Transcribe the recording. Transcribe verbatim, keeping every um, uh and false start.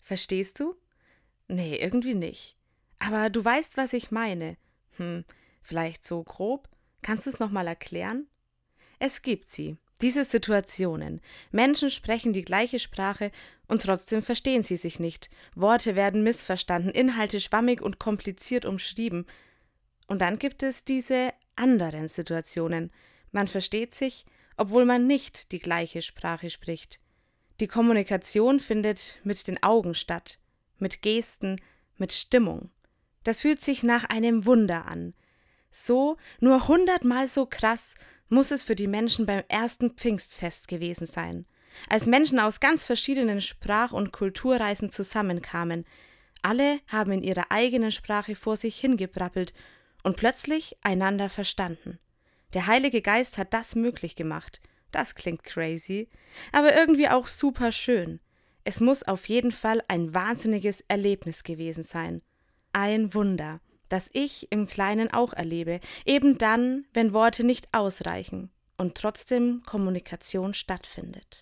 Verstehst du? Nee, irgendwie nicht. Aber du weißt, was ich meine. Hm, vielleicht so grob? Kannst du es nochmal erklären? Es gibt sie, diese Situationen. Menschen sprechen die gleiche Sprache und trotzdem verstehen sie sich nicht. Worte werden missverstanden, Inhalte schwammig und kompliziert umschrieben. Und dann gibt es diese anderen Situationen. Man versteht sich, obwohl man nicht die gleiche Sprache spricht. Die Kommunikation findet mit den Augen statt, mit Gesten, mit Stimmung. Das fühlt sich nach einem Wunder an. So, nur hundertmal so krass muss es für die Menschen beim ersten Pfingstfest gewesen sein, als Menschen aus ganz verschiedenen Sprach- und Kulturreisen zusammenkamen. Alle haben in ihrer eigenen Sprache vor sich hingebrabbelt und plötzlich einander verstanden. Der Heilige Geist hat das möglich gemacht. Das klingt crazy, aber irgendwie auch super schön. Es muss auf jeden Fall ein wahnsinniges Erlebnis gewesen sein. Ein Wunder, das ich im Kleinen auch erlebe, eben dann, wenn Worte nicht ausreichen und trotzdem Kommunikation stattfindet.